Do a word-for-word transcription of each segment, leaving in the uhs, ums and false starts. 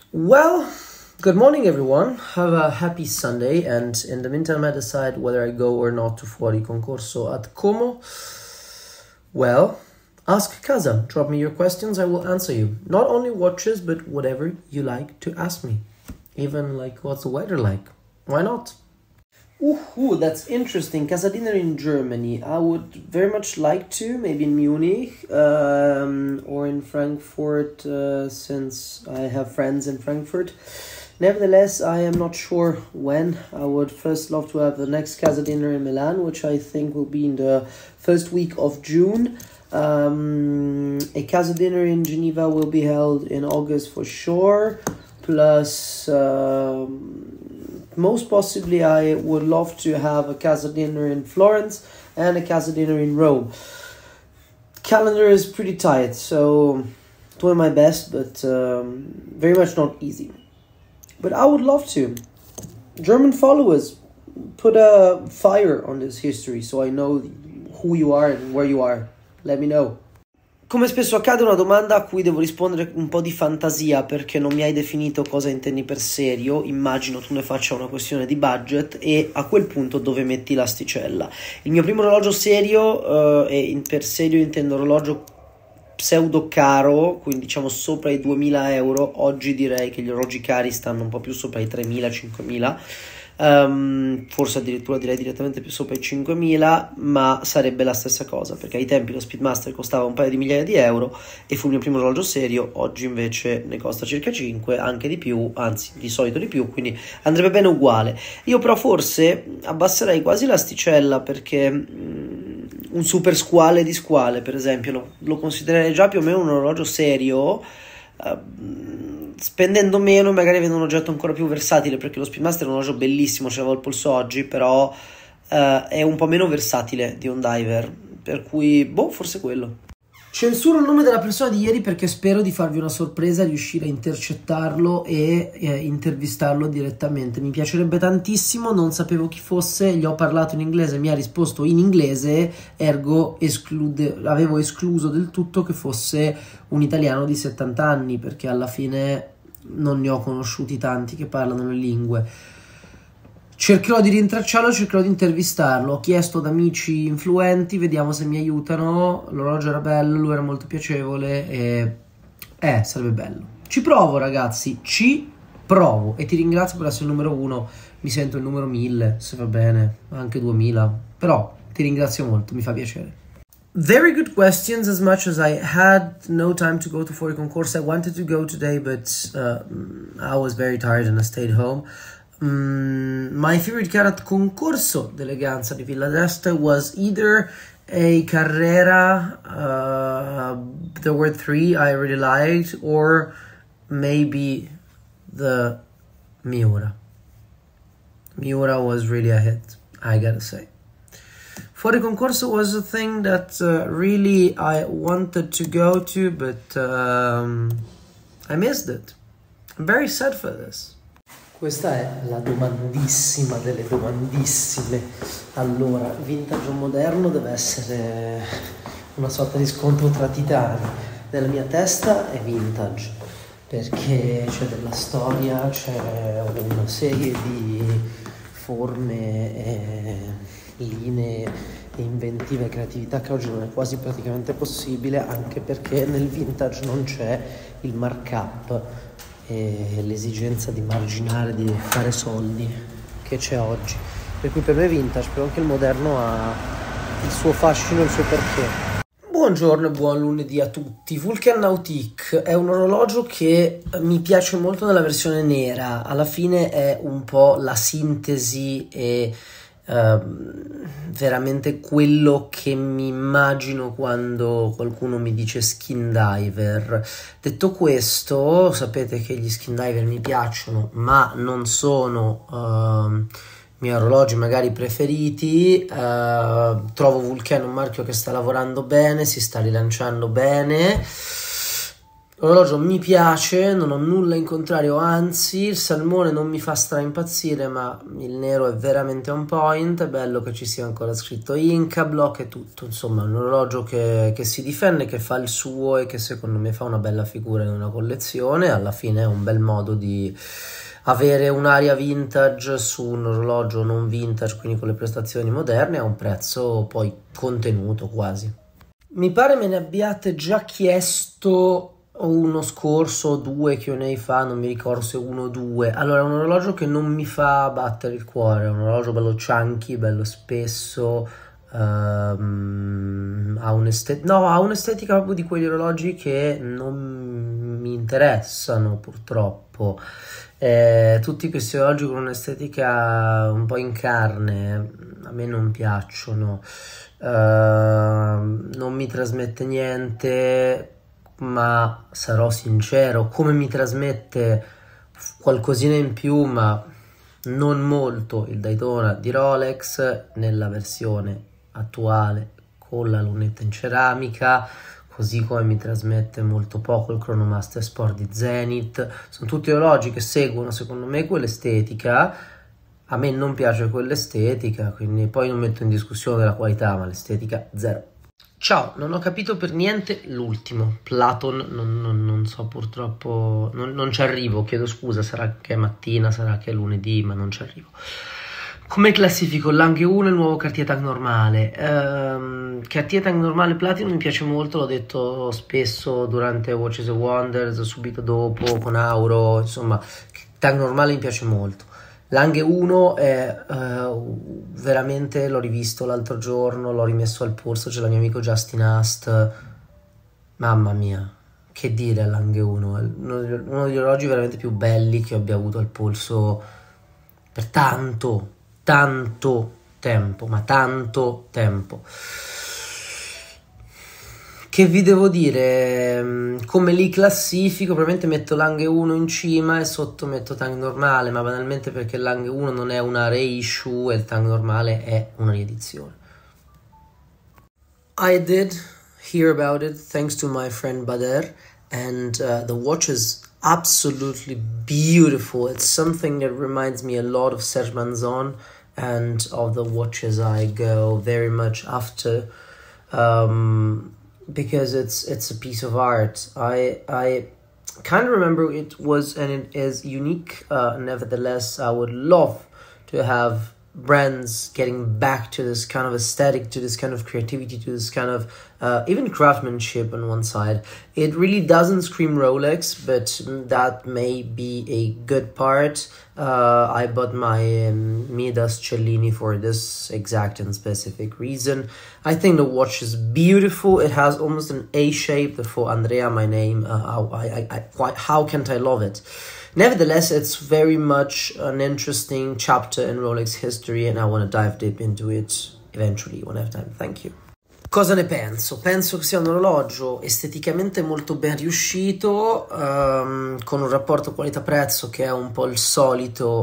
Well, good morning everyone. Have a happy Sunday, and in the meantime I decide whether I go or not to Fuori Concorso at Como. Well, ask Casa. Drop me your questions, I will answer you. Not only watches, but whatever you like to ask me. Even like, what's the weather like? Why not? Ooh, ooh, that's interesting. Casa dinner in Germany. I would very much like to, maybe in Munich um, or in Frankfurt, uh, since I have friends in Frankfurt. Nevertheless, I am not sure when. I would first love to have the next Casa dinner in Milan, which I think will be in the first week of June. Um, a Casa dinner in Geneva will be held in August for sure. Plus, um, most possibly I would love to have a Casa dinner in Florence and a Casa dinner in Rome. Calendar is pretty tight, so doing my best, but um, very much not easy. But I would love to. German followers, put a fire on this history so I know who you are and where you are. Let me know. Come spesso accade, una domanda a cui devo rispondere un po' di fantasia, perché non mi hai definito cosa intendi per serio. Immagino tu ne faccia una questione di budget, e a quel punto dove metti l'asticella. Il mio primo orologio serio, eh, e per serio intendo orologio pseudo caro, quindi diciamo sopra i duemila euro. Oggi direi che gli orologi cari stanno un po' più sopra i tremila cinquemila, um, forse addirittura direi direttamente più sopra i cinquemila, ma sarebbe la stessa cosa, perché ai tempi lo Speedmaster costava un paio di migliaia di euro e fu il mio primo orologio serio. Oggi invece ne costa circa cinque, anche di più, anzi di solito di più, quindi andrebbe bene uguale. Io però forse abbasserei quasi l'asticella, perché mh, un super squale di squale, per esempio, lo, lo considererei già più o meno un orologio serio, uh, spendendo meno, magari avendo un oggetto ancora più versatile, perché lo Speedmaster è un orologio bellissimo, ce l'avevo al polso oggi, però uh, è un po' meno versatile di un diver, per cui, boh, forse quello. Censuro il nome della persona di ieri perché spero di farvi una sorpresa, riuscire a intercettarlo e eh, intervistarlo direttamente. Mi piacerebbe tantissimo, non sapevo chi fosse, gli ho parlato in inglese, mi ha risposto in inglese, ergo esclude, avevo escluso del tutto che fosse un italiano di settanta anni, perché alla fine non ne ho conosciuti tanti che parlano le lingue. Cercherò di rintracciarlo, cercherò di intervistarlo. Ho chiesto ad amici influenti, vediamo se mi aiutano. L'orologio era bello, lui era molto piacevole e eh, sarebbe bello. Ci provo, ragazzi, ci provo, e ti ringrazio per essere il numero uno. Mi sento il numero mille, se va bene, anche duemila, però ti ringrazio molto, mi fa piacere. Very good questions. As much as I had no time to go to Fuori Concorso, I wanted to go today, but uh, I was very tired and I stayed home. Mm, my favorite car at Concorso d'Eleganza di Villa d'Este was either a Carrera, uh, there were three I really liked, or maybe the Miura. Miura was really a hit, I gotta say. Fuori Concorso was a thing that uh, really I wanted to go to, but um, I missed it. I'm very sad for this. Questa è la domandissima delle domandissime. Allora, vintage o moderno deve essere una sorta di scontro tra titani. Nella mia testa è vintage, perché c'è della storia, c'è una serie di forme e linee e inventive e creatività che oggi non è quasi praticamente possibile, anche perché nel vintage non c'è il markup e l'esigenza di marginare, di fare soldi che c'è oggi, per cui per me è vintage, però anche il moderno ha il suo fascino e il suo perché. Buongiorno e buon lunedì a tutti. Vulcan Nautique è un orologio che mi piace molto nella versione nera, alla fine è un po' la sintesi e Uh, veramente quello che mi immagino quando qualcuno mi dice skin diver. Detto questo, sapete che gli skin diver mi piacciono, ma non sono uh, i miei orologi magari preferiti. Uh, trovo Vulcan un marchio che sta lavorando bene, si sta rilanciando bene. L'orologio mi piace, non ho nulla in contrario, anzi il salmone non mi fa stra impazzire, ma il nero è veramente on point, è bello che ci sia ancora scritto Inca Block e tutto, insomma un orologio che, che si difende, che fa il suo e che secondo me fa una bella figura in una collezione. Alla fine è un bel modo di avere un'aria vintage su un orologio non vintage, quindi con le prestazioni moderne, a un prezzo poi contenuto quasi. Mi pare me ne abbiate già chiesto uno scorso o due Q and A fa, non mi ricordo se uno o due. Allora, è un orologio che non mi fa battere il cuore, è un orologio bello chunky, bello spesso, um, ha un'estetica, no, ha un'estetica proprio di quegli orologi che non mi interessano purtroppo. Eh, tutti questi orologi con un'estetica un po' in carne a me non piacciono. Uh, non mi trasmette niente, ma sarò sincero, come mi trasmette qualcosina in più, ma non molto, il Daytona di Rolex nella versione attuale con la lunetta in ceramica, così come mi trasmette molto poco il Chronomaster Sport di Zenith. Sono tutti orologi che seguono secondo me quell'estetica. A me non piace quell'estetica, quindi poi non metto in discussione la qualità, ma l'estetica zero. Ciao, non ho capito per niente l'ultimo, Platon, non, non, non so purtroppo, non, non ci arrivo, chiedo scusa, sarà che è mattina, sarà che è lunedì, ma non ci arrivo. Come classifico l'Anghe uno e il nuovo Cartier Tag normale? Um, Cartier Tag normale Platinum mi piace molto, l'ho detto spesso durante Watches and Wonders, subito dopo, con Auro, insomma, Tag normale mi piace molto. L'Anghe uno è uh, veramente, l'ho rivisto l'altro giorno, l'ho rimesso al polso, c'è il mio amico Justin Ast, mamma mia, che dire all'Anghe uno, è uno degli orologi veramente più belli che abbia avuto al polso per tanto, tanto tempo, ma tanto tempo. Che vi devo dire, come li classifico? Probabilmente metto l'Anghe uno in cima e sotto metto Tag normale, ma banalmente perché l'Anghe uno non è una reissue e il Tag normale è una riedizione. I did hear about it thanks to my friend Bader, and uh, the watch is absolutely beautiful. It's something that reminds me a lot of Serge Manzon and of the watches I go very much after. Um, because it's it's a piece of art. I I kind of remember it was and it is unique. Uh, nevertheless, I would love to have brands getting back to this kind of aesthetic, to this kind of creativity, to this kind of uh, even craftsmanship on one side. It really doesn't scream Rolex, but that may be a good part. Uh, I bought my um, Midas Cellini for this exact and specific reason. I think the watch is beautiful. It has almost an A shape. Therefore, Andrea, my name. Uh, how, I, I, I, quite, how can't I love it? Nevertheless, it's very much an interesting chapter in Rolex history, and I want to dive deep into it eventually when I have time. Thank you. Cosa ne penso? Penso che sia un orologio esteticamente molto ben riuscito, um, con un rapporto qualità-prezzo che è un po' il solito,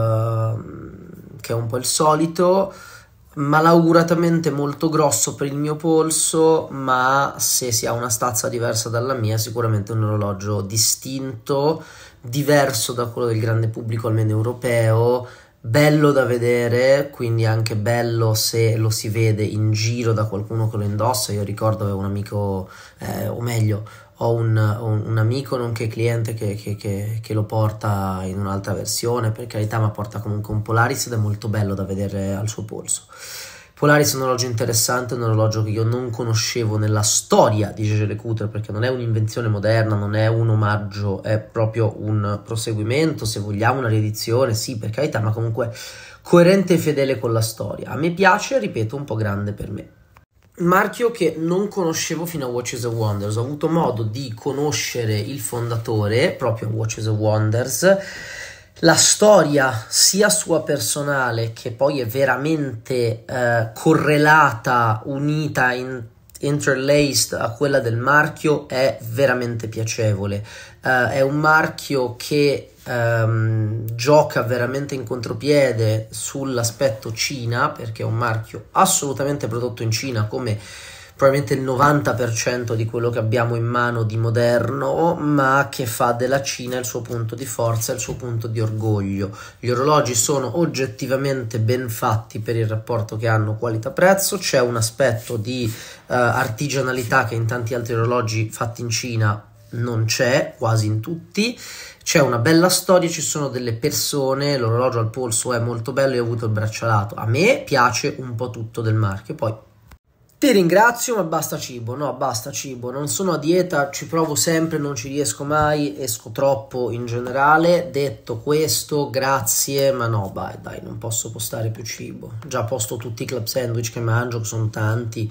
uh, che è un po' il solito, malauguratamente molto grosso per il mio polso, ma se si ha una stazza diversa dalla mia, sicuramente è un orologio distinto, diverso da quello del grande pubblico, almeno europeo, bello da vedere, quindi anche bello se lo si vede in giro da qualcuno che lo indossa. Io ricordo avevo un amico, eh, o meglio, ho un, un, un amico nonché cliente che, che, che, che lo porta in un'altra versione, per carità, ma porta comunque un Polaris ed è molto bello da vedere al suo polso. Polaris è un orologio interessante, un orologio che io non conoscevo nella storia di Jaeger-LeCoultre, perché non è un'invenzione moderna, non è un omaggio, è proprio un proseguimento, se vogliamo una riedizione, sì, per carità, ma comunque coerente e fedele con la storia. A me piace, ripeto, un po' grande per me. Marchio che non conoscevo fino a Watches and Wonders. Ho avuto modo di conoscere il fondatore proprio a Watches and Wonders. La storia sia sua personale, che poi è veramente eh, correlata, unita, in, interlaced a quella del marchio, è veramente piacevole. Uh, è un marchio che um, gioca veramente in contropiede sull'aspetto Cina, perché è un marchio assolutamente prodotto in Cina, come probabilmente il novanta per cento di quello che abbiamo in mano di moderno, ma che fa della Cina il suo punto di forza, il suo punto di orgoglio. Gli orologi sono oggettivamente ben fatti per il rapporto che hanno qualità-prezzo, c'è un aspetto di uh, artigianalità che in tanti altri orologi fatti in Cina non c'è, quasi in tutti. C'è una bella storia, ci sono delle persone, l'orologio al polso è molto bello, io ho avuto il braccialato, a me piace un po' tutto del marchio, poi ti ringrazio ma basta cibo, no basta cibo, non sono a dieta, ci provo sempre, non ci riesco mai, esco troppo in generale. Detto questo, grazie, ma no dai, dai, non posso postare più cibo, già posto tutti i club sandwich che mangio, che sono tanti.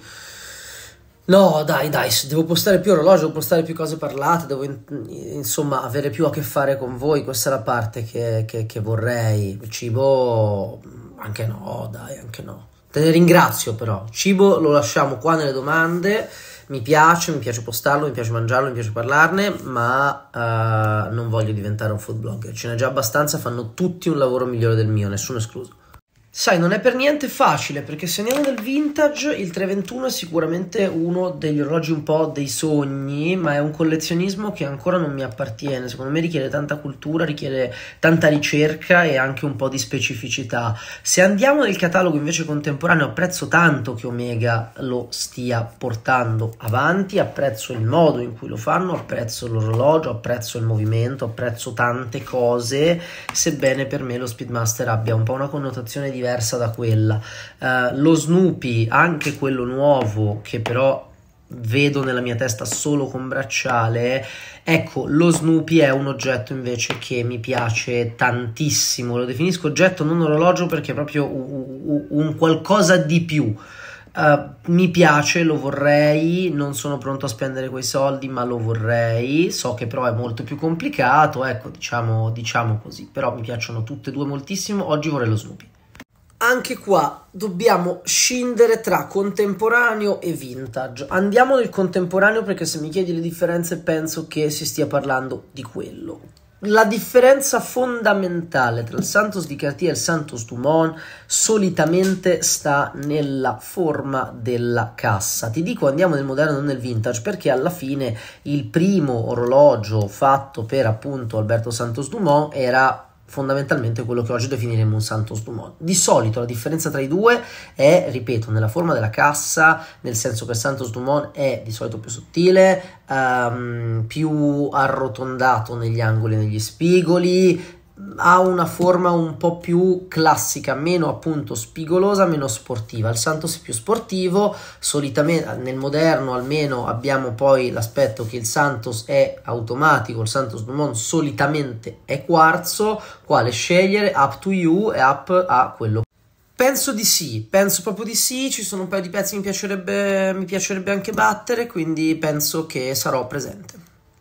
No, dai, dai, devo postare più orologi, devo postare più cose parlate, devo insomma avere più a che fare con voi, questa è la parte che, che, che vorrei. Il cibo, anche no, dai, anche no. Te ne ringrazio però, cibo lo lasciamo qua nelle domande, mi piace, mi piace postarlo, mi piace mangiarlo, mi piace parlarne, ma uh, non voglio diventare un food blogger, ce n'è già abbastanza, fanno tutti un lavoro migliore del mio, nessuno escluso. Sai, non è per niente facile, perché se andiamo nel vintage, il trecentoventuno è sicuramente uno degli orologi un po' dei sogni, ma è un collezionismo che ancora non mi appartiene. Secondo me richiede tanta cultura, richiede tanta ricerca e anche un po' di specificità. Se andiamo nel catalogo invece contemporaneo, apprezzo tanto che Omega lo stia portando avanti, apprezzo il modo in cui lo fanno, apprezzo l'orologio, apprezzo il movimento, apprezzo tante cose, sebbene per me lo Speedmaster abbia un po' una connotazione di diversa da quella. Uh, lo Snoopy, anche quello nuovo, che però vedo nella mia testa solo con bracciale, ecco, lo Snoopy è un oggetto invece che mi piace tantissimo, lo definisco oggetto non orologio perché è proprio un, un qualcosa di più. Uh, mi piace, lo vorrei, non sono pronto a spendere quei soldi, ma lo vorrei, so che però è molto più complicato, ecco, diciamo, diciamo così, però mi piacciono tutte e due moltissimo. Oggi vorrei lo Snoopy. Anche qua dobbiamo scindere tra contemporaneo e vintage. Andiamo nel contemporaneo perché se mi chiedi le differenze penso che si stia parlando di quello. La differenza fondamentale tra il Santos di Cartier e il Santos Dumont solitamente sta nella forma della cassa. Ti dico andiamo nel moderno e non nel vintage perché alla fine il primo orologio fatto per appunto Alberto Santos Dumont era fondamentalmente quello che oggi definiremo un Santos Dumont. Di solito la differenza tra i due è, ripeto, nella forma della cassa, nel senso che il Santos Dumont è di solito più sottile, um, più arrotondato negli angoli e negli spigoli, ha una forma un po' più classica, meno appunto spigolosa, meno sportiva. Il Santos è più sportivo, solitamente nel moderno almeno abbiamo poi l'aspetto che il Santos è automatico, il Santos Dumont solitamente è quarzo, quale scegliere, up to you e up a quello. Penso di sì, penso proprio di sì, ci sono un paio di pezzi che mi piacerebbe, mi piacerebbe anche battere, quindi penso che sarò presente.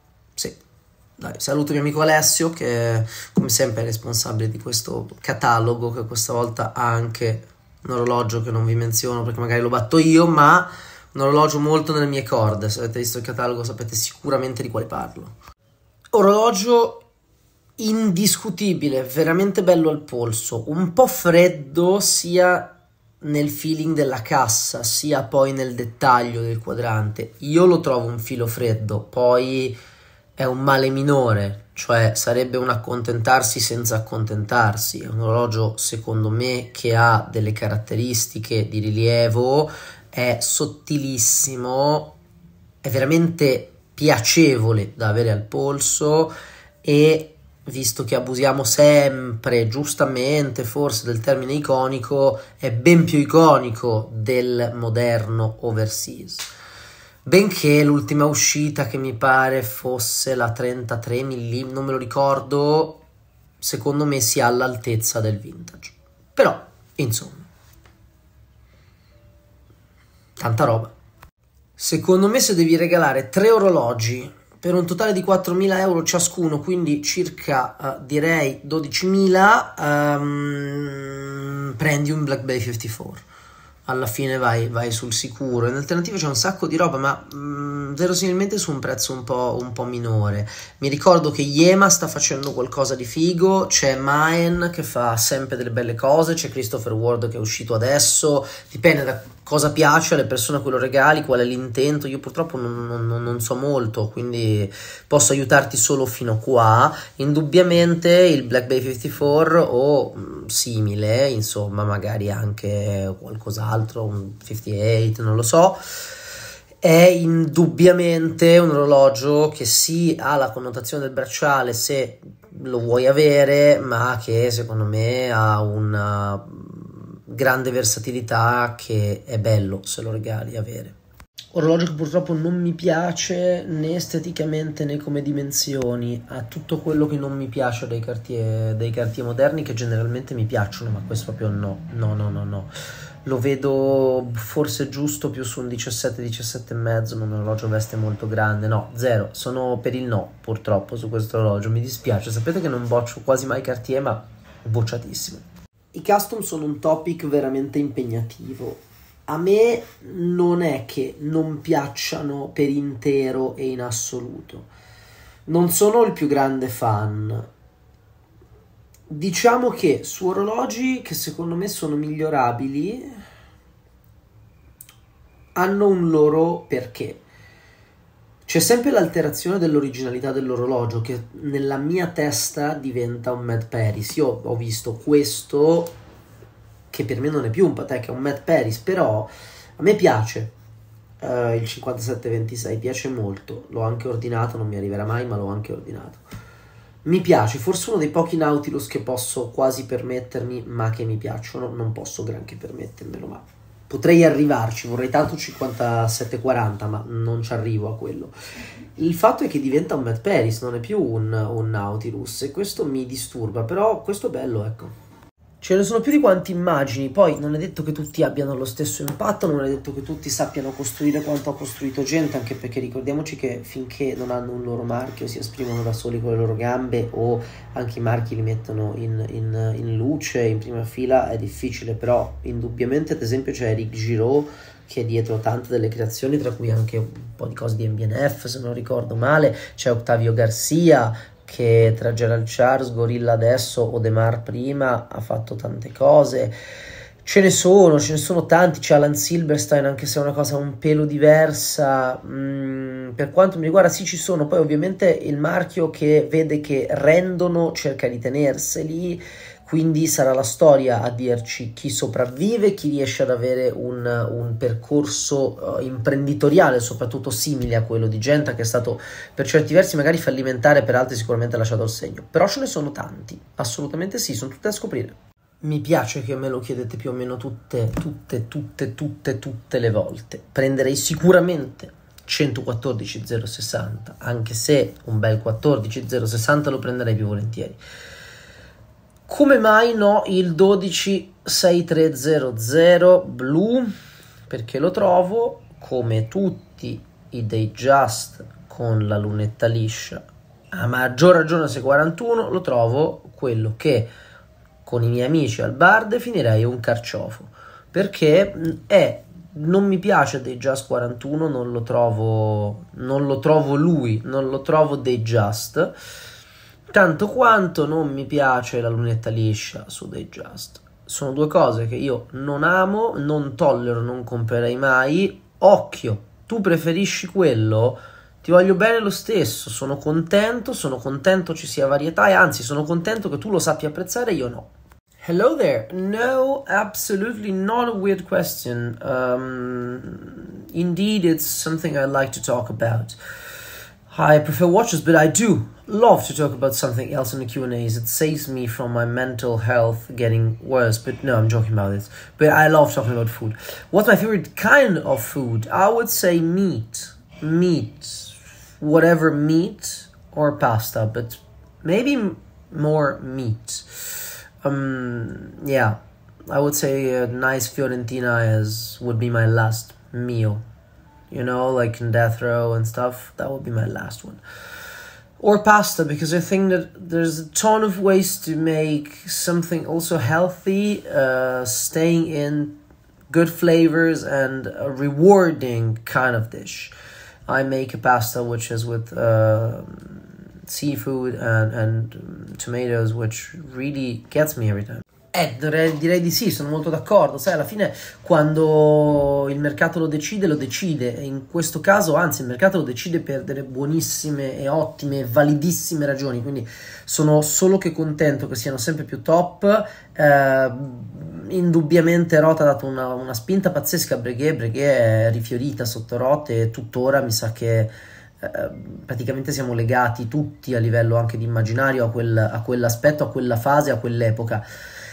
Sì. Dai, saluto mio amico Alessio che come sempre è responsabile di questo catalogo, che questa volta ha anche un orologio che non vi menziono perché magari lo batto io, ma un orologio molto nelle mie corde. Se avete visto il catalogo sapete sicuramente di quale parlo. Orologio indiscutibile, veramente bello al polso, un po' freddo sia nel feeling della cassa sia poi nel dettaglio del quadrante. Io lo trovo un filo freddo, poi è un male minore, cioè sarebbe un accontentarsi senza accontentarsi. È un orologio secondo me che ha delle caratteristiche di rilievo, è sottilissimo, è veramente piacevole da avere al polso e visto che abusiamo sempre, giustamente forse, del termine iconico, è ben più iconico del moderno overseas. Benché l'ultima uscita, che mi pare fosse la trentatré millimetri, non me lo ricordo, secondo me sia all'altezza del vintage. Però, insomma, tanta roba. Secondo me se devi regalare tre orologi per un totale di quattromila euro ciascuno, quindi circa uh, direi dodicimila, um, prendi un Black Bay cinquantaquattro. Alla fine vai, vai sul sicuro. In alternativa c'è un sacco di roba, ma mh, verosimilmente su un prezzo un po', un po' minore. Mi ricordo che Yema sta facendo qualcosa di figo, c'è Maen che fa sempre delle belle cose, c'è Christopher Ward che è uscito adesso, dipende da cosa piace alle persone a cui lo regali, qual è l'intento. Io purtroppo non, non, non so molto, quindi posso aiutarti solo fino a qua. Indubbiamente il Black Bay cinquantaquattro o mh, simile, insomma, magari anche qualcos'altro, un cinquantotto, non lo so, è indubbiamente un orologio che sì ha la connotazione del bracciale se lo vuoi avere, ma che secondo me ha una grande versatilità che è bello se lo regali avere. Orologio che purtroppo non mi piace né esteticamente né come dimensioni, ha tutto quello che non mi piace dei Cartier, dei Cartier moderni, che generalmente mi piacciono, ma questo proprio no, no, no, no, no. Lo vedo forse giusto più su un diciassette, diciassette e mezzo, non un orologio veste molto grande, no, zero, sono per il no purtroppo su questo orologio, mi dispiace, sapete che non boccio quasi mai Cartier, ma bocciatissimo. I custom sono un topic veramente impegnativo. A me non è che non piacciono per intero e in assoluto, non sono il più grande fan. Diciamo che su orologi che secondo me sono migliorabili hanno un loro perché. C'è sempre l'alterazione dell'originalità dell'orologio che nella mia testa diventa un Mad Paris. Io ho visto questo che per me non è più un Patek, è un Mad Paris, però a me piace uh, il cinquantasette ventisei, piace molto, l'ho anche ordinato, non mi arriverà mai ma l'ho anche ordinato. Mi piace, forse uno dei pochi Nautilus che posso quasi permettermi, ma che mi piacciono, non posso granché permettermelo, ma potrei arrivarci, vorrei tanto cinquantasette quaranta, ma non ci arrivo a quello. Il fatto è che diventa un Mad Paris, non è più un, un Nautilus, e questo mi disturba, però questo è bello, ecco. Ce ne sono più di quanti immagini, poi non è detto che tutti abbiano lo stesso impatto, non è detto che tutti sappiano costruire quanto ha costruito gente, anche perché ricordiamoci che finché non hanno un loro marchio, si esprimono da soli con le loro gambe o anche i marchi li mettono in, in, in luce, in prima fila, è difficile, però indubbiamente ad esempio c'è Eric Giraud che è dietro tante delle creazioni, tra cui anche un po' di cose di M B N F se non ricordo male, c'è Octavio Garcia, che tra Gerald Charles, Gorilla adesso, Audemars prima, ha fatto tante cose. Ce ne sono, ce ne sono tanti, c'è Alan Silverstein, anche se è una cosa un pelo diversa. Mm, per quanto mi riguarda sì ci sono, poi ovviamente il marchio che vede che rendono cerca di tenerseli, quindi sarà la storia a dirci chi sopravvive, chi riesce ad avere un, un percorso uh, imprenditoriale soprattutto simile a quello di Genta, che è stato per certi versi magari fallimentare, per altri sicuramente ha lasciato il segno. Però ce ne sono tanti, assolutamente sì, sono tutte da scoprire. Mi piace che me lo chiedete più o meno tutte, tutte, tutte, tutte, tutte le volte. Prenderei sicuramente centoquattordici zero sessanta, anche se un bel quattordici zero sessanta lo prenderei più volentieri. Come mai no il dodici sessantatré zero zero blu? Perché lo trovo, come tutti i Datejust con la lunetta liscia, a maggior ragione se quarantuno, lo trovo quello che con i miei amici al bar definirei un carciofo, perché è, non mi piace Datejust quarantuno, non lo trovo, non lo trovo lui, non lo trovo Datejust, tanto quanto non mi piace la lunetta liscia su Datejust. Sono due cose che io non amo, non tollero, non comprerei mai. Occhio, tu preferisci quello? Ti voglio bene lo stesso, sono contento, sono contento ci sia varietà e anzi sono contento che tu lo sappia apprezzare e io no. Hello there. No, absolutely not a weird question. Um, indeed, it's something I like to talk about. I prefer watches, but I do love to talk about something else in the Q and A's. It saves me from my mental health getting worse, but no, I'm joking about it. But I love talking about food. What's my favorite kind of food? I would say meat. Meat. Whatever meat or pasta, but maybe more meat. Um, yeah, I would say a nice Fiorentina is would be my last meal. You know, like in Death Row and stuff, that would be my last one. Or pasta, because I think that there's a ton of ways to make something also healthy, uh, staying in good flavors and a rewarding kind of dish. I make a pasta which is with uh, seafood and, and tomatoes, which really gets me every time. Eh, direi, direi di sì, sono molto d'accordo. Sai, alla fine quando il mercato lo decide, lo decide. E in questo caso, anzi, il mercato lo decide per delle buonissime e ottime, validissime ragioni. Quindi sono solo che contento che siano sempre più top. Eh, indubbiamente Rota ha dato una, una spinta pazzesca a Breguet. Breguet è rifiorita sotto Rota e tuttora mi sa che eh, praticamente siamo legati tutti a livello anche di immaginario a, quel, a quell'aspetto, a quella fase, a quell'epoca.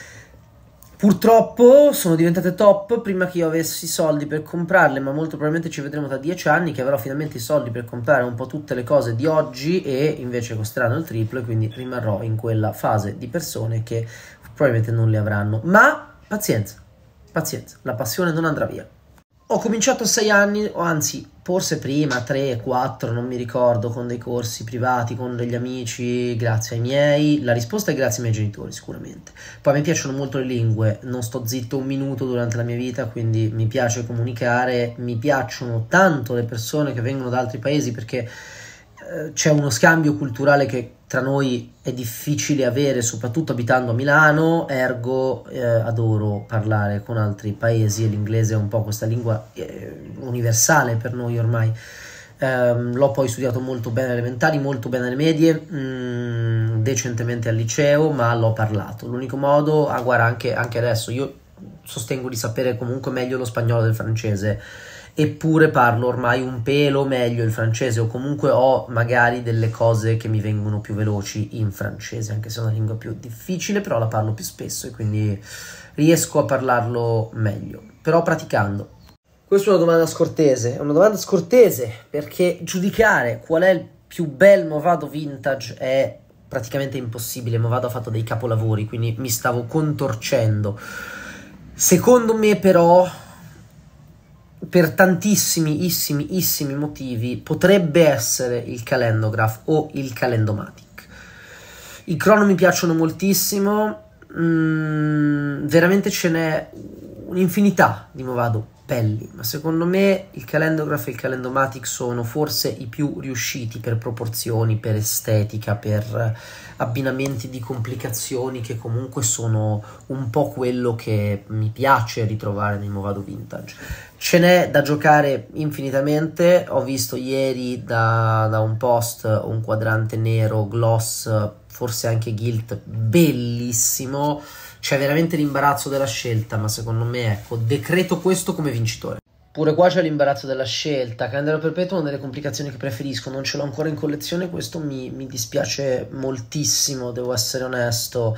Purtroppo sono diventate top prima che io avessi i soldi per comprarle, ma molto probabilmente ci vedremo tra dieci anni che avrò finalmente i soldi per comprare un po' tutte le cose di oggi e invece costeranno il triplo e quindi rimarrò in quella fase di persone che probabilmente non le avranno. Ma pazienza, pazienza, la passione non andrà via. Ho cominciato a sei anni, o anzi, forse prima, tre, quattro, non mi ricordo, con dei corsi privati, con degli amici, grazie ai miei. La risposta è grazie ai miei genitori, sicuramente. Poi mi piacciono molto le lingue, non sto zitto un minuto durante la mia vita, quindi mi piace comunicare, mi piacciono tanto le persone che vengono da altri paesi perché eh, c'è uno scambio culturale che tra noi è difficile avere, soprattutto abitando a Milano, ergo eh, adoro parlare con altri paesi e l'inglese è un po' questa lingua eh, universale per noi ormai. Um, l'ho poi studiato molto bene alle elementari, molto bene alle medie, mh, decentemente al liceo, ma l'ho parlato. L'unico modo, ah guarda, anche, anche adesso, io sostengo di sapere comunque meglio lo spagnolo del francese, eppure parlo ormai un pelo meglio il francese o comunque ho magari delle cose che mi vengono più veloci in francese, anche se è una lingua più difficile, però la parlo più spesso e quindi riesco a parlarlo meglio, però praticando. Questa è una domanda scortese, è una domanda scortese perché giudicare qual è il più bel Movado vintage è praticamente impossibile. Movado ha fatto dei capolavori, quindi mi stavo contorcendo. Secondo me però, per tantissimi, issimi, issimi motivi, potrebbe essere il Calendograph o il Calendomatic. I crono mi piacciono moltissimo, mm, veramente ce n'è un'infinità di Movado belli, ma secondo me il Calendograph e il Calendomatic sono forse i più riusciti per proporzioni, per estetica, per abbinamenti di complicazioni che comunque sono un po' quello che mi piace ritrovare nei Movado vintage. Ce n'è da giocare infinitamente. Ho visto ieri da, da un post un quadrante nero gloss, forse anche gilt, bellissimo. C'è veramente l'imbarazzo della scelta, ma secondo me, ecco, decreto questo come vincitore. Pure qua c'è l'imbarazzo della scelta. Calendaro perpetuo è una delle complicazioni che preferisco, non ce l'ho ancora in collezione, questo mi, mi dispiace moltissimo, devo essere onesto.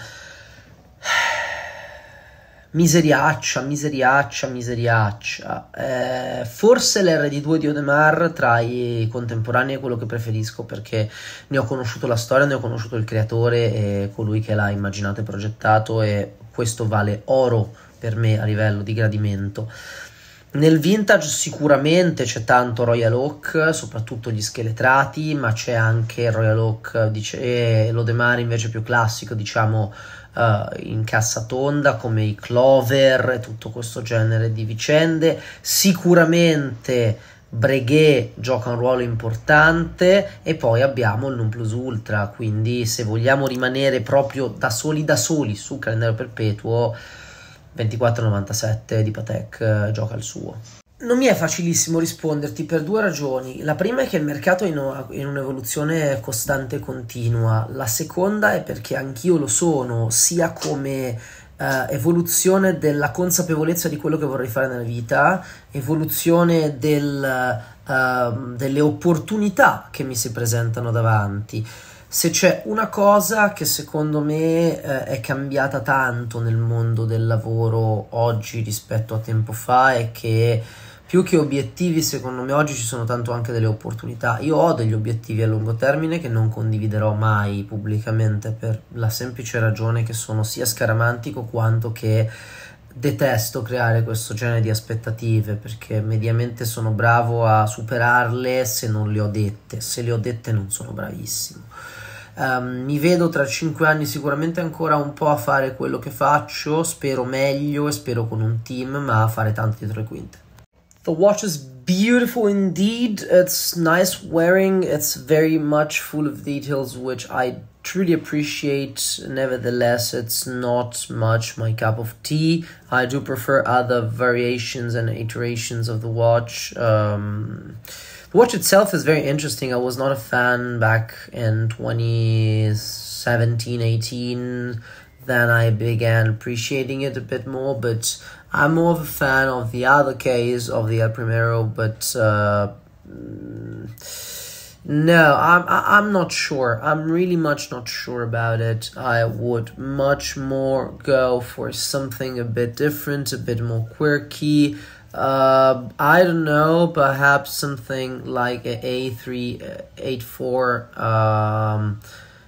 Miseriaccia, miseriaccia, miseriaccia. Eh, forse l'R D due di Audemars tra i contemporanei è quello che preferisco perché ne ho conosciuto la storia, ne ho conosciuto il creatore e colui che l'ha immaginato e progettato e questo vale oro per me a livello di gradimento. Nel vintage sicuramente c'è tanto Royal Oak, soprattutto gli scheletrati, ma c'è anche il Royal Oak dice, e l'Audemars invece più classico, diciamo Uh, in cassatonda come i Clover e tutto questo genere di vicende. Sicuramente Breguet gioca un ruolo importante e poi abbiamo il non plus ultra, quindi se vogliamo rimanere proprio da soli da soli su Calendario perpetuo, ventiquattro novantasette di Patek uh, gioca il suo. Non mi è facilissimo risponderti per due ragioni. La prima è che il mercato è in, in un'evoluzione costante e continua. La seconda è perché anch'io lo sono, sia come uh, evoluzione della consapevolezza di quello che vorrei fare nella vita, evoluzione del, uh, delle opportunità che mi si presentano davanti. Se c'è una cosa che secondo me eh, è cambiata tanto nel mondo del lavoro oggi rispetto a tempo fa è che più che obiettivi secondo me oggi ci sono tanto anche delle opportunità. Io ho degli obiettivi a lungo termine che non condividerò mai pubblicamente per la semplice ragione che sono sia scaramantico quanto che detesto creare questo genere di aspettative perché mediamente sono bravo a superarle se non le ho dette, se le ho dette non sono bravissimo. Um, mi vedo tra cinque anni sicuramente ancora un po' a fare quello che faccio, spero meglio e spero con un team, ma a fare tanto dietro le quinte. The watch is beautiful indeed. It's nice wearing. It's very much full of details, which I truly appreciate. Nevertheless, it's not much my cup of tea. I do prefer other variations and iterations of the watch. Um, the watch itself is very interesting. I was not a fan back in twenty seventeen, eighteen. Then I began appreciating it a bit more, but I'm more of a fan of the other case of the El Primero, but uh, no, I'm I'm not sure. I'm really much not sure about it. I would much more go for something a bit different, a bit more quirky. Uh, I don't know, perhaps something like a A three eighty-four um,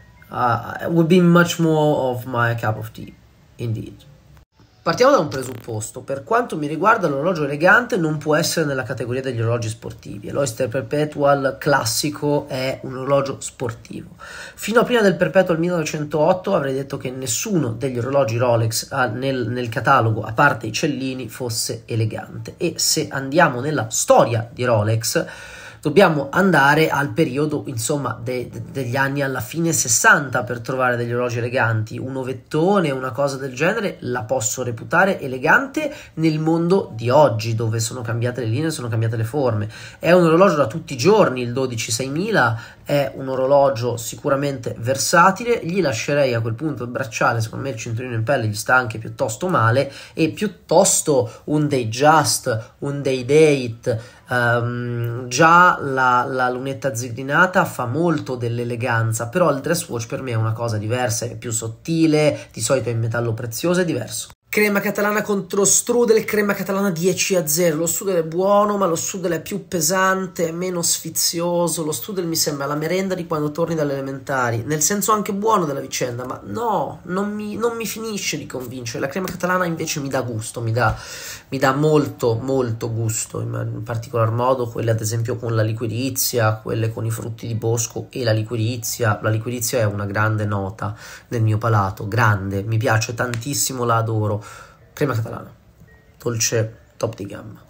uh, would be much more of my cup of tea, indeed. Partiamo da un presupposto: per quanto mi riguarda l'orologio elegante non può essere nella categoria degli orologi sportivi, e l'Oyster Perpetual classico è un orologio sportivo. Fino a prima del Perpetual millenovecentootto avrei detto che nessuno degli orologi Rolex ah, nel, nel catalogo, a parte i cellini, fosse elegante, e se andiamo nella storia di Rolex dobbiamo andare al periodo, insomma, de, de, degli anni alla fine sessanta per trovare degli orologi eleganti. Un ovettone, una cosa del genere, la posso reputare elegante nel mondo di oggi, dove sono cambiate le linee, sono cambiate le forme. È un orologio da tutti i giorni, il dodici seimila, è un orologio sicuramente versatile. Gli lascerei a quel punto il bracciale, secondo me il cinturino in pelle gli sta anche piuttosto male, e piuttosto un Datejust, un Day-Date. Um, già la, la lunetta zigrinata fa molto dell'eleganza, però il dress watch per me è una cosa diversa, è più sottile, di solito è in metallo prezioso, è diverso. Crema catalana contro strudel, crema catalana dieci a zero. Lo strudel è buono, ma lo strudel è più pesante, è meno sfizioso. Lo strudel mi sembra la merenda di quando torni dalle elementari, nel senso anche buono della vicenda, ma no, non mi, non mi finisce di convincere. La crema catalana invece mi dà gusto, mi dà, mi dà molto, molto gusto, in, in particolar modo quelle ad esempio con la liquirizia, quelle con i frutti di bosco e la liquirizia. La liquirizia è una grande nota nel mio palato, grande, mi piace tantissimo, la adoro. Crema catalana, dolce top di gamma.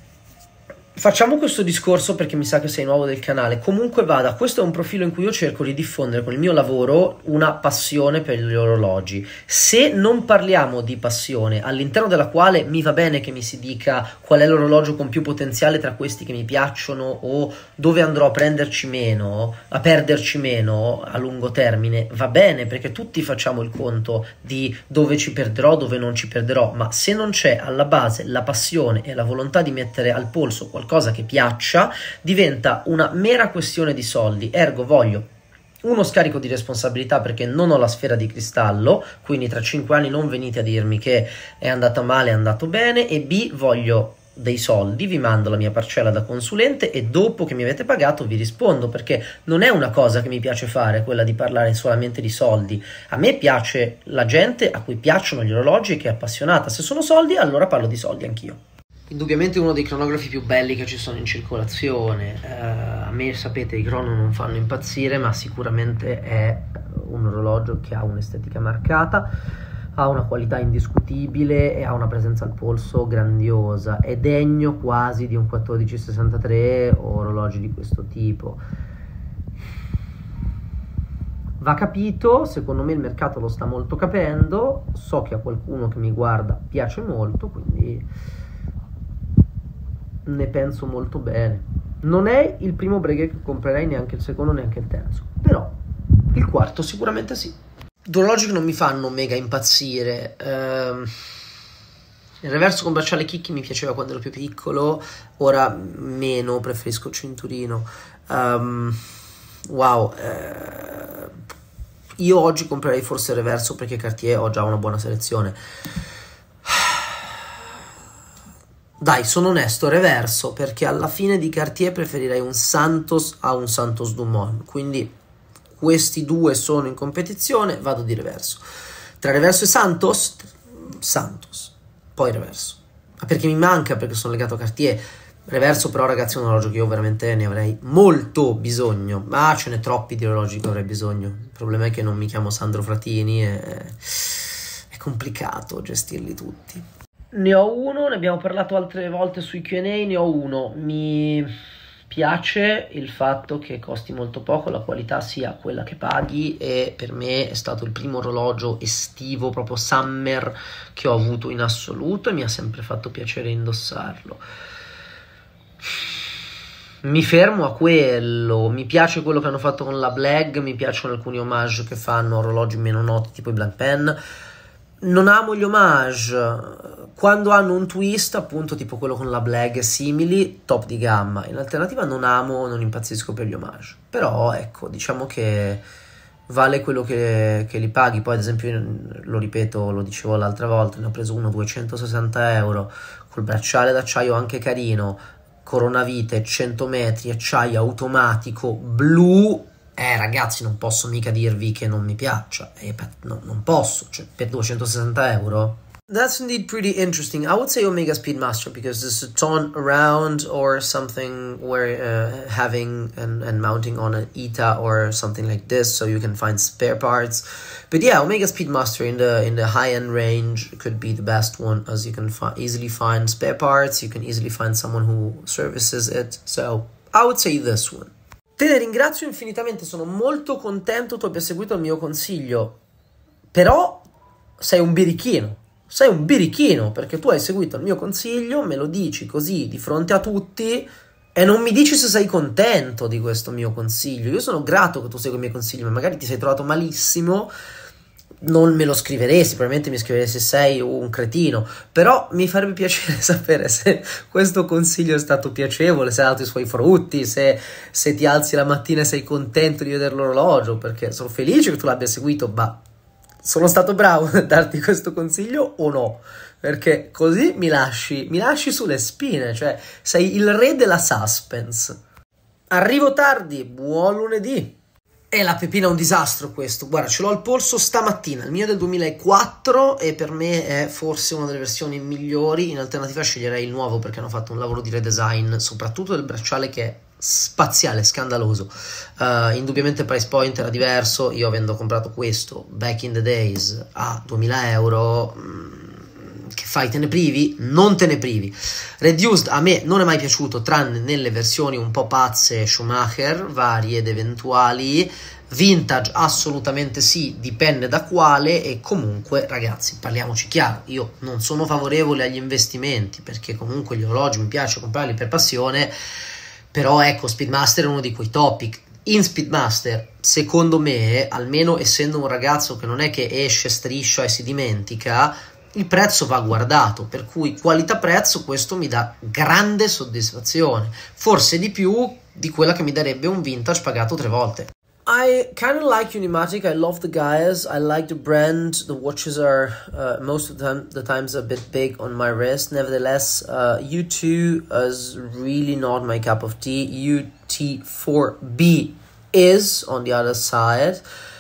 Facciamo questo discorso perché mi sa che sei nuovo del canale. Comunque vada, questo è un profilo in cui io cerco di diffondere con il mio lavoro una passione per gli orologi. Se non parliamo di passione, all'interno della quale mi va bene che mi si dica qual è l'orologio con più potenziale tra questi che mi piacciono, o dove andrò a prenderci meno, a perderci meno a lungo termine, va bene, perché tutti facciamo il conto di dove ci perderò, dove non ci perderò, ma se non c'è alla base la passione e la volontà di mettere al polso qualcosa cosa che piaccia, diventa una mera questione di soldi. Ergo voglio uno scarico di responsabilità, perché non ho la sfera di cristallo, quindi tra cinque anni non venite a dirmi che è andata male, è andato bene. E B, voglio dei soldi, vi mando la mia parcella da consulente e dopo che mi avete pagato vi rispondo, perché non è una cosa che mi piace fare, quella di parlare solamente di soldi. A me piace la gente a cui piacciono gli orologi e che è appassionata. Se sono soldi, allora parlo di soldi anch'io. Indubbiamente uno dei cronografi più belli che ci sono in circolazione. Eh, a me, sapete, i crono non fanno impazzire, ma sicuramente è un orologio che ha un'estetica marcata, ha una qualità indiscutibile e ha una presenza al polso grandiosa. È degno quasi di un quattordici sessantatré o orologi di questo tipo. Va capito, secondo me il mercato lo sta molto capendo, so che a qualcuno che mi guarda piace molto, quindi ne penso molto bene. Non è il primo breguet che comprerei, neanche il secondo, neanche il terzo, però il quarto sicuramente sì. Due orologi che non mi fanno mega impazzire. ehm, il reverso con bracciale chicchi mi piaceva quando ero più piccolo, ora meno, preferisco il cinturino. um, wow eh, io oggi comprerei forse il reverso, perché Cartier ho già una buona selezione. Dai, sono onesto, reverso, perché alla fine di Cartier preferirei un Santos a un Santos Dumont, quindi questi due sono in competizione, vado di reverso. Tra reverso e Santos, Santos, poi reverso. Ma perché mi manca, perché sono legato a Cartier. Reverso però, ragazzi, è un orologio che io veramente ne avrei molto bisogno, ma ce n'è troppi di orologi che avrei bisogno. Il problema è che non mi chiamo Sandro Fratini e è complicato gestirli tutti. Ne ho uno, ne abbiamo parlato altre volte sui Q and A, ne ho uno. Mi piace il fatto che costi molto poco, la qualità sia quella che paghi, e per me è stato il primo orologio estivo, proprio summer, che ho avuto in assoluto e mi ha sempre fatto piacere indossarlo. Mi fermo a quello, mi piace quello che hanno fatto con la Blag, mi piacciono alcuni homage che fanno orologi meno noti tipo i Black Pen. Non amo gli homage quando hanno un twist, appunto tipo quello con la Blag e simili, top di gamma. In alternativa non amo, non impazzisco per gli homage, però ecco, diciamo che vale quello che, che li paghi. Poi ad esempio io, lo ripeto, lo dicevo l'altra volta, ne ho preso uno duecentosessanta euro col bracciale d'acciaio anche carino, coronavite, cento metri, acciaio automatico, blu. Eh ragazzi, non posso mica dirvi che non mi piaccia, eh, no, non posso, cioè per duecentosessanta euro. That's indeed pretty interesting. I would say Omega Speedmaster because this is torn around or something where uh, having and, and mounting on an E T A or something like this, so you can find spare parts. But yeah, Omega Speedmaster in the in the high end range could be the best one, as you can fi- easily find spare parts. You can easily find someone who services it. So I would say this one. Te ne ringrazio infinitamente, sono molto contento tu abbia seguito il mio consiglio, però sei un birichino, sei un birichino perché tu hai seguito il mio consiglio, me lo dici così di fronte a tutti e non mi dici se sei contento di questo mio consiglio. Io sono grato che tu segui i miei consigli, ma magari ti sei trovato malissimo, non me lo scriveresti, probabilmente mi scriveresti sei un cretino, però mi farebbe piacere sapere se questo consiglio è stato piacevole, se ha dato i suoi frutti, se, se ti alzi la mattina e sei contento di vedere l'orologio, perché sono felice che tu l'abbia seguito, ma sono stato bravo a darti questo consiglio o no? Perché così mi lasci, mi lasci sulle spine, cioè sei il re della suspense. Arrivo tardi, buon lunedì. È la pepina un disastro questo, guarda, ce l'ho al polso stamattina, il mio è del duemilaquattro e per me è forse una delle versioni migliori. In alternativa sceglierei il nuovo perché hanno fatto un lavoro di redesign, soprattutto del bracciale, che è spaziale, scandaloso. Uh, indubbiamente il price point era diverso, io avendo comprato questo back in the days a duemila euro, mh, che fai, te ne privi? Non te ne privi. Reduced a me non è mai piaciuto, tranne nelle versioni un po' pazze Schumacher, varie ed eventuali. Vintage assolutamente sì, dipende da quale. E comunque ragazzi, parliamoci chiaro, io non sono favorevole agli investimenti perché comunque gli orologi mi piace comprarli per passione, però ecco, Speedmaster è uno di quei topic. In Speedmaster, secondo me, almeno essendo un ragazzo che non è che esce, striscia e si dimentica, il prezzo va guardato, per cui qualità-prezzo questo mi dà grande soddisfazione, forse di più di quella che mi darebbe un vintage pagato tre volte. I kind of like Unimatic. I love the guys. I like the brand. The watches are uh, most of the, time, the times a bit big on my wrist. Nevertheless, uh, U two is really not my cup of tea. U T four B is on the other side.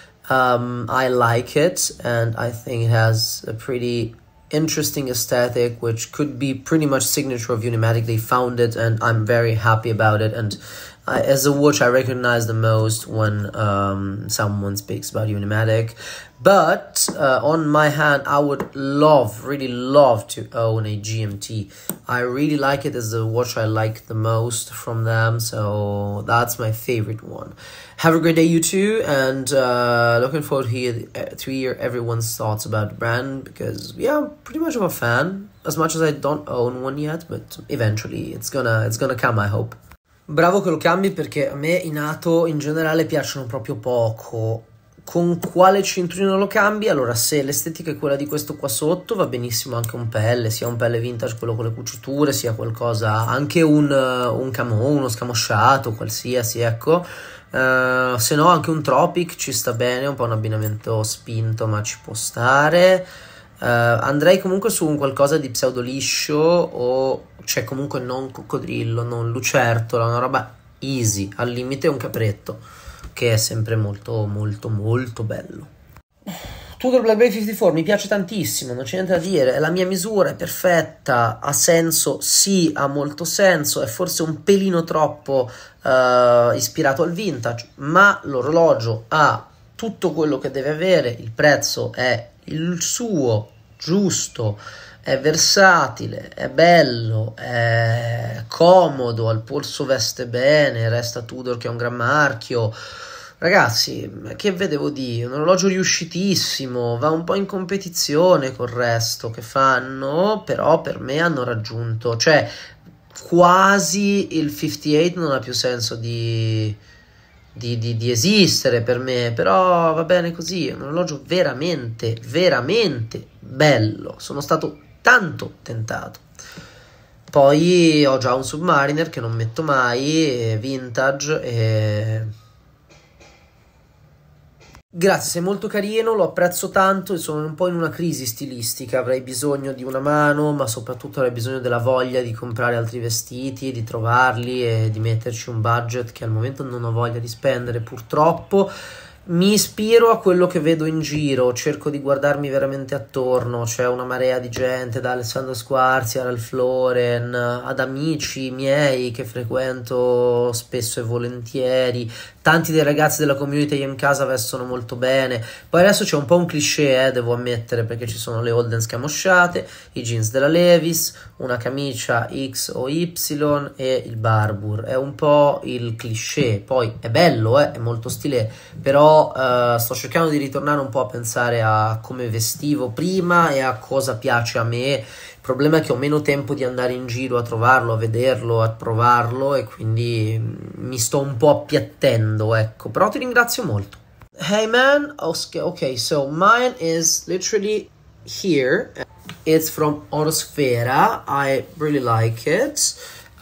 Um, I like it, and I think it has a pretty interesting aesthetic, which could be pretty much signature of Unimatic. They found it, and I'm very happy about it. And I, as a watch, I recognize the most when um, someone speaks about Unimatic. But uh, on my hand, I would love, really love to own a G M T. I really like it as the watch I like the most from them, so that's my favorite one. Have a great day, you two, and uh, looking forward to hear, uh, to hear everyone's thoughts about the brand, because yeah, I'm pretty much of a fan, as much as I don't own one yet, but eventually it's gonna, it's gonna come, I hope. Bravo che lo cambi, perché a me i NATO in generale piacciono proprio poco. Con quale cinturino lo cambi? Allora, se l'estetica è quella di questo qua sotto, va benissimo anche un pelle, sia un pelle vintage, quello con le cuciture, sia qualcosa, anche un, un camo, uno scamosciato, qualsiasi, ecco. Uh, se no anche un Tropic ci sta bene, un po' un abbinamento spinto, ma ci può stare. Uh, andrei comunque su un qualcosa di pseudo liscio, o cioè comunque non coccodrillo, non lucertola, una roba easy, al limite un capretto, che è sempre molto molto molto bello. Tudor Black Bay cinquantaquattro mi piace tantissimo, non c'è niente da dire, è la mia misura, è perfetta, ha senso, sì, ha molto senso, è forse un pelino troppo uh, ispirato al vintage, ma l'orologio ha tutto quello che deve avere, il prezzo è il suo, giusto, è versatile, è bello, è comodo, al polso veste bene, resta Tudor che è un gran marchio. Ragazzi, che vedevo dire, un orologio riuscitissimo, va un po' in competizione col resto che fanno, però per me hanno raggiunto, cioè quasi il cinquantotto non ha più senso di, di, di, di esistere per me, però va bene così, è un orologio veramente, veramente bello, sono stato tanto tentato. Poi ho già un Submariner che non metto mai, vintage, e... Grazie, sei molto carino, lo apprezzo tanto e sono un po' in una crisi stilistica, avrei bisogno di una mano, ma soprattutto avrei bisogno della voglia di comprare altri vestiti, di trovarli e di metterci un budget che al momento non ho voglia di spendere, purtroppo. Mi ispiro a quello che vedo in giro, cerco di guardarmi veramente attorno, c'è una marea di gente, da Alessandro Squarzi a Ralph Lauren, ad amici miei che frequento spesso e volentieri, tanti dei ragazzi della community in casa vestono molto bene, poi adesso c'è un po' un cliché, eh, devo ammettere, perché ci sono le Holden scamosciate, i jeans della Levi's, una camicia X o Y e il Barbour, è un po' il cliché, poi è bello, eh, è molto stile, però Uh, sto cercando di ritornare un po' a pensare a come vestivo prima e a cosa piace a me. Il problema è che ho meno tempo di andare in giro a trovarlo, a vederlo, a provarlo, e quindi mi sto un po' appiattendo, ecco. Però ti ringrazio molto. Hey man, okay, okay, so mine is literally here. It's from Orosfera. I really like it.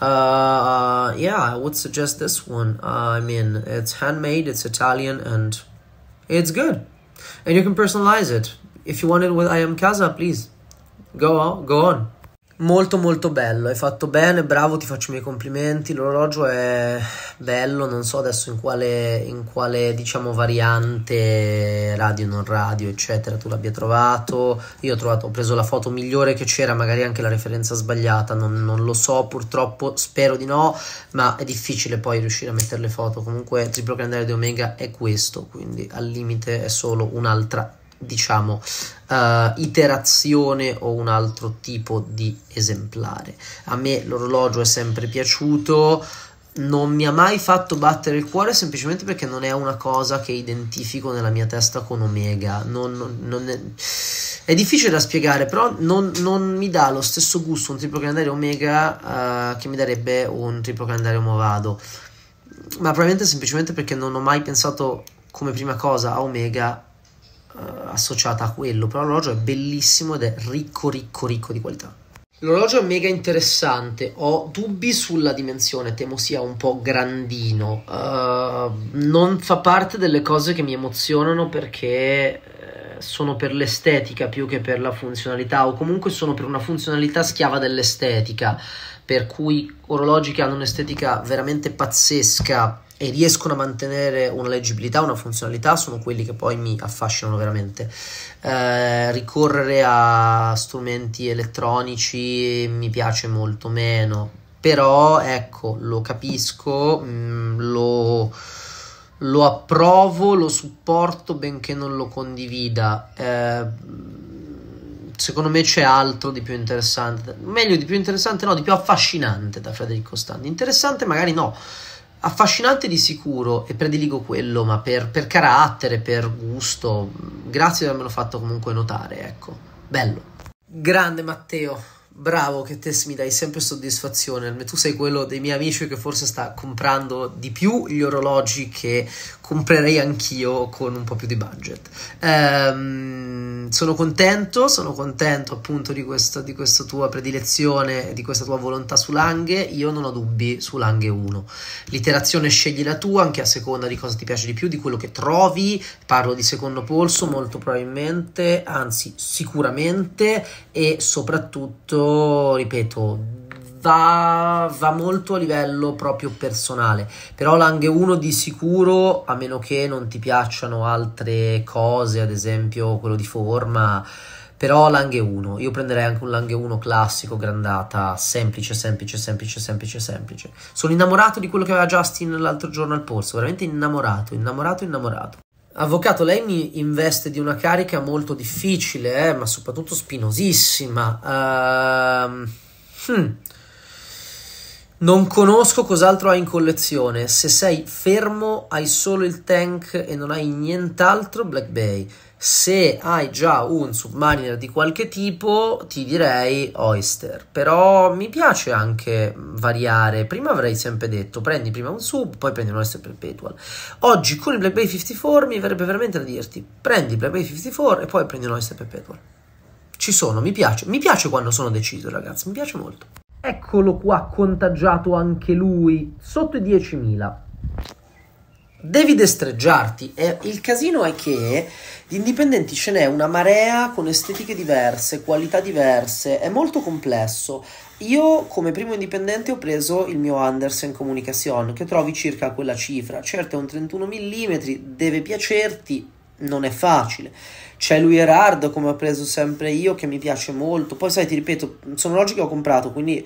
Uh, yeah, I would suggest this one. Uh, I mean, it's handmade, it's Italian, and it's good. And you can personalize it. If you want it with I Am Casa, please, go on, go on. Molto molto bello, hai fatto bene, bravo, ti faccio i miei complimenti, l'orologio è bello, non so adesso in quale, in quale diciamo variante, radio, non radio, eccetera, tu l'abbia trovato. Io ho trovato, ho preso la foto migliore che c'era, magari anche la referenza sbagliata, non, non lo so purtroppo, spero di no, ma è difficile poi riuscire a mettere le foto. Comunque triplo calendario di Omega è questo, quindi al limite è solo un'altra, diciamo, uh, iterazione o un altro tipo di esemplare. A me l'orologio è sempre piaciuto, non mi ha mai fatto battere il cuore, semplicemente perché non è una cosa che identifico nella mia testa con Omega. Non, non, non è, è difficile da spiegare, però non, non mi dà lo stesso gusto un triplo calendario Omega uh, che mi darebbe un triplo calendario Movado, ma probabilmente semplicemente perché non ho mai pensato come prima cosa a Omega Uh, associata a quello. Però l'orologio è bellissimo ed è ricco ricco ricco di qualità. L'orologio è mega interessante, ho dubbi sulla dimensione, temo sia un po' grandino, uh, non fa parte delle cose che mi emozionano perché uh, sono per l'estetica più che per la funzionalità, o comunque sono per una funzionalità schiava dell'estetica, per cui orologi che hanno un'estetica veramente pazzesca e riescono a mantenere una leggibilità, una funzionalità, sono quelli che poi mi affascinano veramente. Eh, ricorrere a strumenti elettronici mi piace molto meno, però ecco, lo capisco, mh, lo, lo approvo, lo supporto, benché non lo condivida. Eh, secondo me c'è altro di più interessante, meglio di più interessante no, di più affascinante da Federico Standi. Interessante magari no, affascinante di sicuro, e prediligo quello, ma per, per carattere, per gusto. Grazie di avermelo fatto comunque notare, ecco. Bello. Grande Matteo, bravo, che te mi dai sempre soddisfazione. Tu sei quello dei miei amici che forse sta comprando di più gli orologi che comprerei anch'io con un po' più di budget. Ehm, sono contento, sono contento appunto di questa, di questa tua predilezione, di questa tua volontà su Lange. Io non ho dubbi su Lange uno. L'iterazione scegli la tua, anche a seconda di cosa ti piace di più, di quello che trovi. Parlo di secondo polso molto probabilmente, anzi sicuramente, e soprattutto, ripeto, Va, va molto a livello proprio personale. Però Lange uno di sicuro, a meno che non ti piacciono altre cose, ad esempio quello di forma, però Lange uno. Io prenderei anche un Lange uno classico, grandata, semplice, semplice, semplice, semplice, semplice. Sono innamorato di quello che aveva Justin l'altro giorno al polso, veramente innamorato, innamorato, innamorato. Avvocato, lei mi investe di una carica molto difficile, eh, ma soprattutto spinosissima. Ehm, hmm. Non conosco cos'altro hai in collezione. Se sei fermo, hai solo il tank e non hai nient'altro, Black Bay. Se hai già un Submariner di qualche tipo, ti direi Oyster. Però mi piace anche variare. Prima avrei sempre detto, prendi prima un Sub, poi prendi un Oyster Perpetual. Oggi con il Black Bay cinquantaquattro mi verrebbe veramente da dirti, prendi il Black Bay cinquantaquattro e poi prendi un Oyster Perpetual. Ci sono, mi piace. Mi piace quando sono deciso, ragazzi, mi piace molto. Eccolo qua, contagiato anche lui, sotto i diecimila. Devi destreggiarti. E il casino è che di indipendenti ce n'è una marea con estetiche diverse, qualità diverse, è molto complesso. Io come primo indipendente ho preso il mio Andersen Communication, che trovi circa a quella cifra. Certo è un trentuno millimetri, deve piacerti, non è facile. C'è lui Erard, come ho preso sempre io, che mi piace molto. Poi sai, ti ripeto, sono orologi che ho comprato, quindi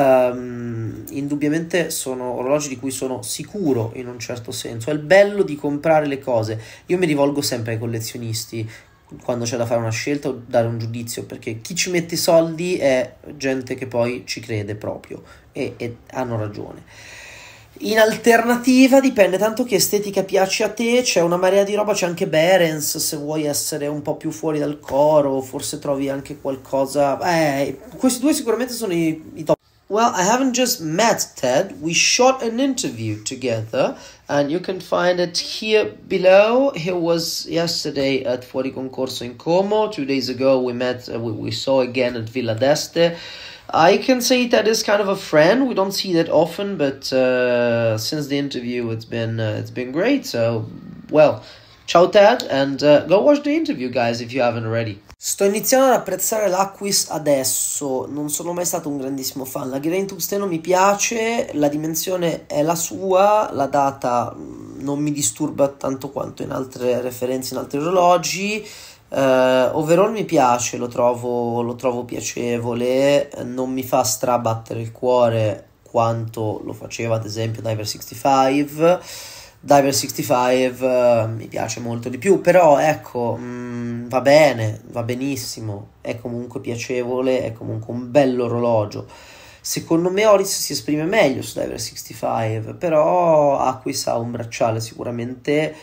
um, indubbiamente sono orologi di cui sono sicuro in un certo senso. È il bello di comprare le cose. Io mi rivolgo sempre ai collezionisti quando c'è da fare una scelta o dare un giudizio, perché chi ci mette i soldi è gente che poi ci crede proprio e, e hanno ragione. In alternativa dipende tanto che estetica piace a te, c'è una marea di roba, c'è anche Berens se vuoi essere un po' più fuori dal coro, forse trovi anche qualcosa, eh, questi due sicuramente sono i, i top. Well, I haven't just met Ted, we shot an interview together and you can find it here below. He was yesterday at Fuori Concorso in Como, two days ago we met, uh, we, we saw again at Villa d'Este. I can say that is kind of a friend. We don't see that often, but uh, since the interview, it's been uh, it's been great. So, well, ciao Ted, and uh, go watch the interview, guys, if you haven't already. Sto iniziando ad apprezzare l'Aquis adesso. Non sono mai stato un grandissimo fan. La Ghirà in tungsteno mi piace, la dimensione è la sua, la data non mi disturba tanto quanto in altre referenze, in altri orologi. Uh, overall mi piace, lo trovo, lo trovo piacevole, non mi fa strabattere il cuore quanto lo faceva ad esempio Diver sessantacinque. Diver sessantacinque uh, mi piace molto di più, però ecco, mh, va bene, va benissimo, è comunque piacevole, è comunque un bell'orologio. Secondo me Oris si esprime meglio su Diver sessantacinque, però Aquis ha un bracciale sicuramente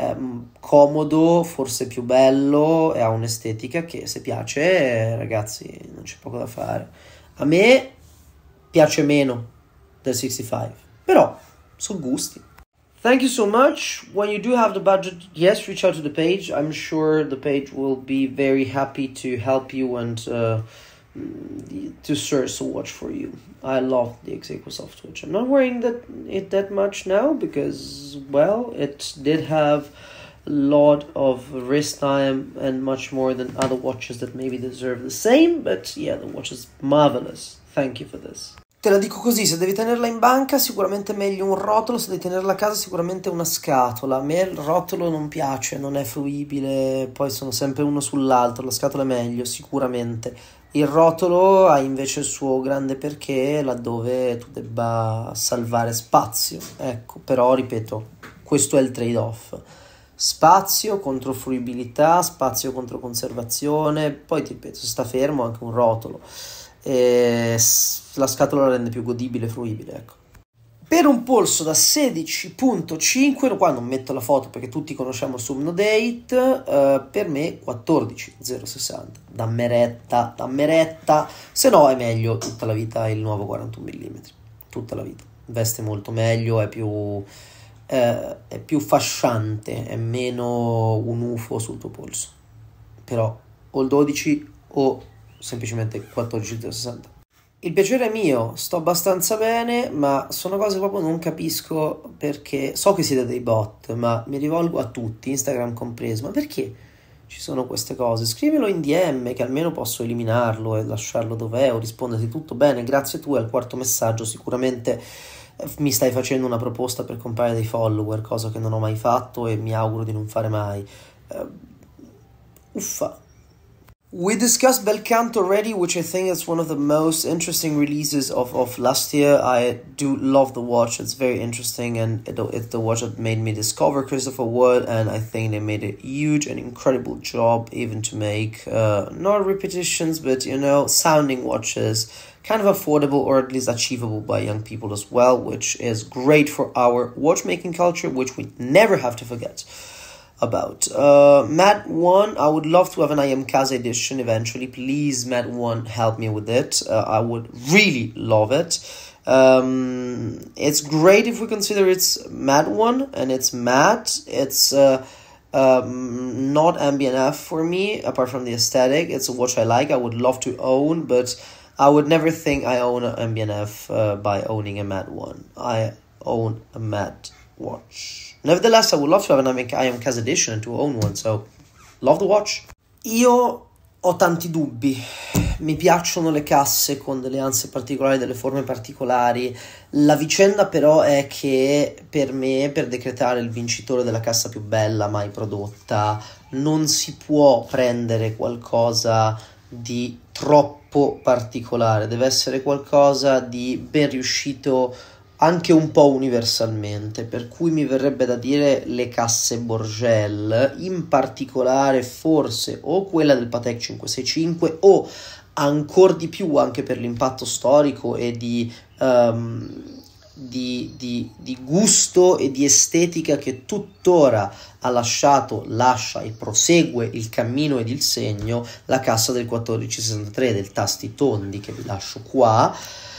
comodo, forse più bello e ha un'estetica che se piace, ragazzi, non c'è poco da fare. A me piace meno del sessantacinque, però sono gusti. Thank you so much. When you do have the budget, yes, reach out to the page. I'm sure the page will be very happy to help you and uh, to source a watch for you. I love the Exequo Soft Watch. I'm not wearing that it that much now because, well, it did have a lot of wrist time and much more than other watches that maybe deserve the same, but yeah, the watch is marvelous. Thank you for this. Te la dico così, se devi tenerla in banca sicuramente meglio un rotolo, se devi tenerla a casa sicuramente una scatola. A me il rotolo non piace, non è fruibile, poi sono sempre uno sull'altro, la scatola è meglio sicuramente. Il rotolo ha invece il suo grande perché laddove tu debba salvare spazio, ecco, però ripeto, questo è il trade-off. Spazio contro fruibilità, spazio contro conservazione, poi ti ripeto, se sta fermo anche un rotolo. E la scatola la rende più godibile e fruibile, ecco. Per un polso da sedici virgola cinque, qua non metto la foto perché tutti conosciamo il Subno Date, uh, per me quattordici zero sessanta, dammi retta, dammi retta, se no è meglio tutta la vita il nuovo quarantuno millimetri, tutta la vita, veste molto meglio, è più, uh, è più fasciante, è meno un U F O sul tuo polso, però o il dodici o semplicemente quattordici zero sessanta. Il piacere è mio, sto abbastanza bene, ma sono cose che proprio non capisco perché, so che siete dei bot, ma mi rivolgo a tutti, Instagram compreso, ma perché ci sono queste cose? Scrivilo in D M che almeno posso eliminarlo e lasciarlo dov'è o risponderti tutto bene, grazie tu al quarto messaggio sicuramente mi stai facendo una proposta per comprare dei follower, cosa che non ho mai fatto e mi auguro di non fare mai. Uh, uffa. We discussed Belcanto already, which I think is one of the most interesting releases of, of last year. I do love the watch. It's very interesting, and it, it's the watch that made me discover Christopher Wood, and I think they made a huge and incredible job even to make, uh, not repetitions, but, you know, sounding watches, kind of affordable or at least achievable by young people as well, which is great for our watchmaking culture, which we never have to forget about. Uh, Mat one, I would love to have an I M Casa edition eventually. Please, Mat one, help me with it. Uh, I would really love it. Um, it's great if we consider it's Mat one and it's matte. It's uh, um, not M B N F for me, apart from the aesthetic. It's a watch I like, I would love to own, but I would never think I own an M B N F uh, by owning a Mat one. I own a matte watch. Nevertheless, I would love to have an I M Casa edition and to own one, so love the watch. Io ho tanti dubbi. Mi piacciono le casse con delle anse particolari, delle forme particolari. La vicenda però è che per me, per decretare il vincitore della cassa più bella mai prodotta, non si può prendere qualcosa di troppo particolare. Deve essere qualcosa di ben riuscito anche un po' universalmente, per cui mi verrebbe da dire le casse Borgel, in particolare forse o quella del Patek cinquecentosessantacinque o ancora di più anche per l'impatto storico e di, um, di, di, di gusto e di estetica che tuttora ha lasciato, lascia e prosegue il cammino ed il segno, la cassa del quattordici sessantatré del tasti tondi che vi lascio qua.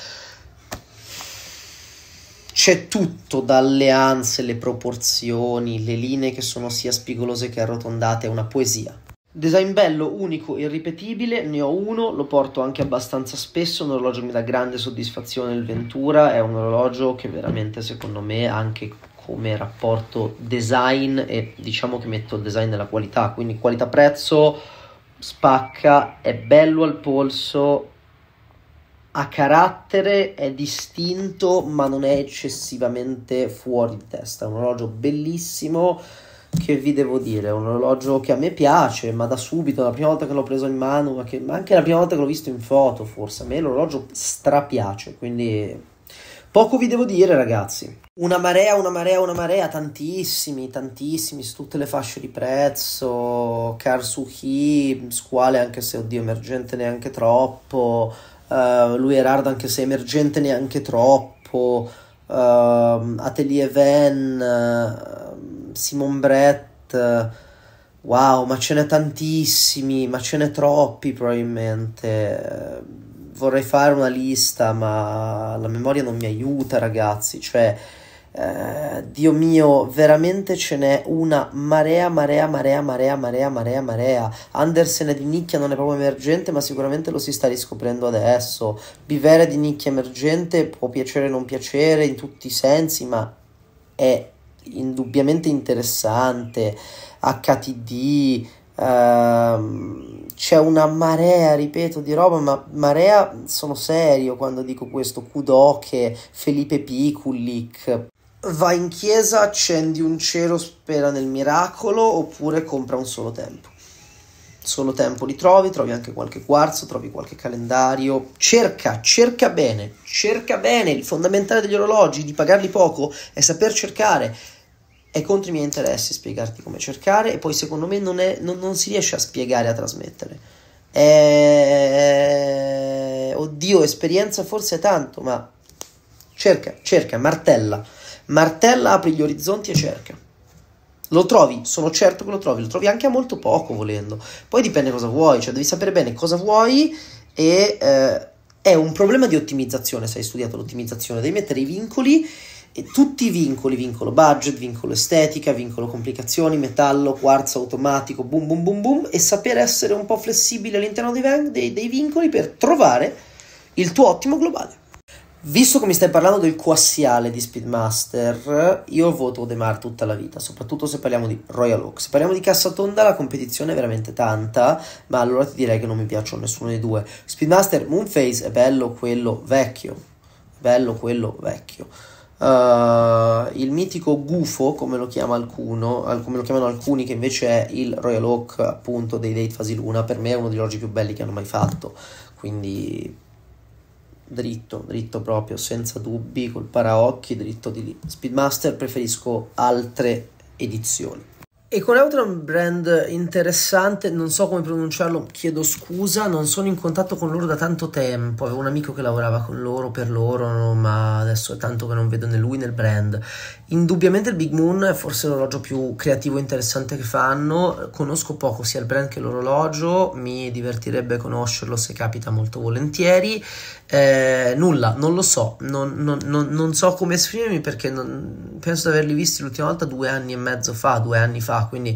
C'è tutto, dalle anse, le proporzioni, le linee che sono sia spigolose che arrotondate, è una poesia. Design bello, unico, irripetibile, ne ho uno, lo porto anche abbastanza spesso, un orologio che mi dà grande soddisfazione, il Ventura, è un orologio che veramente secondo me anche come rapporto design, e diciamo che metto il design nella qualità, quindi qualità-prezzo, spacca, è bello al polso, ha carattere, è distinto ma non è eccessivamente fuori di testa. È un orologio bellissimo, che vi devo dire, è un orologio che a me piace, ma da subito, la prima volta che l'ho preso in mano, ma, che, ma anche la prima volta che l'ho visto in foto, forse a me l'orologio strapiace, quindi poco vi devo dire, ragazzi. Una marea, una marea, una marea, tantissimi, tantissimi, su tutte le fasce di prezzo, Karsuchi, squale anche se, oddio, emergente neanche troppo, Uh, Louis Erard anche se emergente neanche troppo, uh, Atelier Van, uh, Simon Brett, uh, wow, ma ce n'è tantissimi, ma ce n'è troppi probabilmente. Uh, vorrei fare una lista ma la memoria non mi aiuta, ragazzi, cioè Uh, Dio mio, veramente ce n'è una marea, marea, marea, marea, marea, marea, marea. Andersen è di nicchia, non è proprio emergente, ma sicuramente lo si sta riscoprendo adesso. Bivere di nicchia emergente, può piacere o non piacere in tutti i sensi, ma è indubbiamente interessante. H T D, uh, c'è una marea, ripeto, di roba, ma marea, sono serio quando dico questo. Kudoke, Felipe Pikulik. Va in chiesa, accendi un cero, spera nel miracolo, oppure compra un solo tempo. Solo tempo li trovi, trovi anche qualche quarzo, trovi qualche calendario. Cerca, cerca bene, cerca bene. Il fondamentale degli orologi, di pagarli poco, è saper cercare. È contro i miei interessi spiegarti come cercare, e poi secondo me non, è, non, non si riesce a spiegare, a trasmettere. È... Oddio, esperienza forse è tanto, ma cerca, cerca, martella. Martella, apri gli orizzonti e cerca. Lo trovi, sono certo che lo trovi, lo trovi anche a molto poco volendo. Poi dipende cosa vuoi, cioè devi sapere bene cosa vuoi e eh, è un problema di ottimizzazione. Se hai studiato l'ottimizzazione devi mettere i vincoli, e tutti i vincoli, vincolo budget, vincolo estetica, vincolo complicazioni, metallo, quarzo automatico, boom boom boom boom, e sapere essere un po' flessibile all'interno dei, dei, dei vincoli per trovare il tuo ottimo globale. Visto che mi stai parlando del quassiale di Speedmaster, io voto Audemars tutta la vita, soprattutto se parliamo di Royal Oak. Se parliamo di Cassatonda la competizione è veramente tanta, ma allora ti direi che non mi piacciono nessuno dei due. Speedmaster Moonphase è bello quello vecchio, bello quello vecchio. Uh, il mitico gufo, come lo chiama alcuno, come lo chiamano alcuni, che invece è il Royal Oak appunto dei Date Fasi Luna, per me è uno degli orologi più belli che hanno mai fatto, quindi dritto, dritto proprio, senza dubbi, col paraocchi, dritto di lì. Speedmaster preferisco altre edizioni. E con Outram brand interessante, non so come pronunciarlo, chiedo scusa, non sono in contatto con loro da tanto tempo, avevo un amico che lavorava con loro, per loro, no, ma adesso è tanto che non vedo né lui né il brand. Indubbiamente il Big Moon è forse l'orologio più creativo e interessante che fanno, conosco poco sia il brand che l'orologio, mi divertirebbe conoscerlo se capita molto volentieri. Eh, nulla, non lo so, non, non, non, non so come esprimermi perché non, penso di averli visti l'ultima volta due anni e mezzo fa, due anni fa, quindi